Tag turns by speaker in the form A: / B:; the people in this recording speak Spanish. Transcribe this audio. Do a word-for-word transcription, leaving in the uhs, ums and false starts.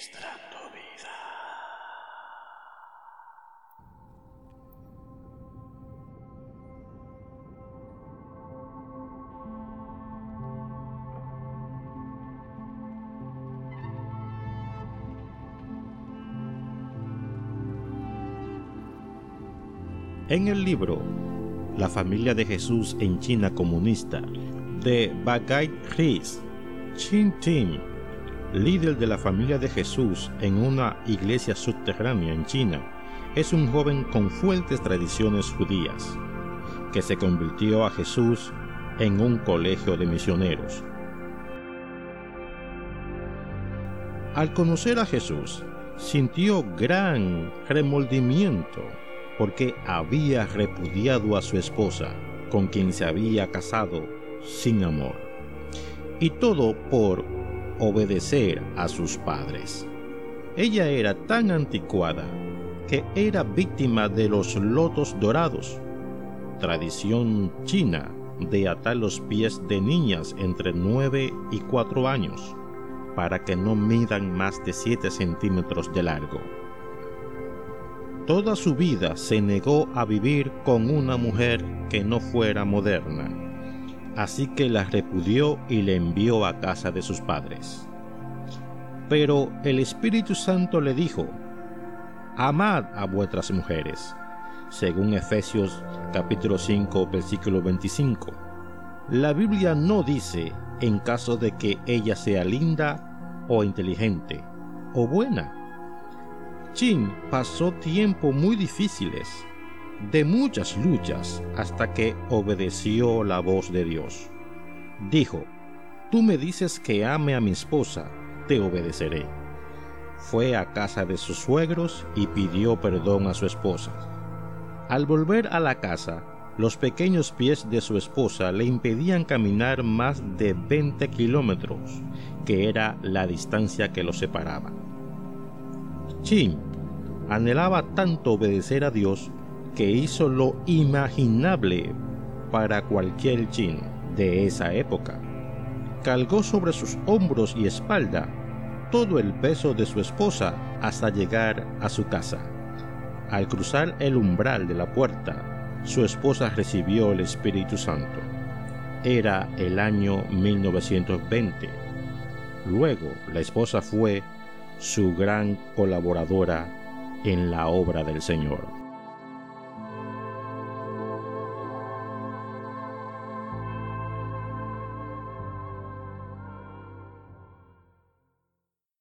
A: Ministrando vida.
B: En el libro La familia de Jesús en China comunista de Bagay Riz, Chin Tim, líder de la familia de Jesús en una iglesia subterránea en China, es un joven con fuertes tradiciones judías, que se convirtió a Jesús en un colegio de misioneros. Al conocer a Jesús, sintió gran remordimiento porque había repudiado a su esposa, con quien se había casado sin amor, y todo por obedecer a sus padres. Ella era tan anticuada que era víctima de los lotos dorados, tradición china de atar los pies de niñas entre nueve y cuatro años para que no midan más de siete centímetros de largo. Toda su vida se negó a vivir con una mujer que no fuera moderna, así que la repudió y la envió a casa de sus padres. Pero el Espíritu Santo le dijo: amad a vuestras mujeres, según Efesios capítulo cinco, versículo veinticinco. La Biblia no dice en caso de que ella sea linda o inteligente o buena. Chin pasó tiempos muy difíciles, de muchas luchas, hasta que obedeció la voz de Dios. Dijo: tú me dices que ame a mi esposa, te obedeceré. Fue a casa de sus suegros y pidió perdón a su esposa. Al volver a la casa, los pequeños pies de su esposa le impedían caminar más de veinte kilómetros, que era la distancia que los separaba. Chin anhelaba tanto obedecer a Dios que hizo lo inimaginable para cualquier Chin de esa época. Cargó sobre sus hombros y espalda todo el peso de su esposa hasta llegar a su casa. Al cruzar el umbral de la puerta, su esposa recibió el Espíritu Santo. Era el año mil novecientos veinte. Luego, la esposa fue su gran colaboradora en la obra del Señor.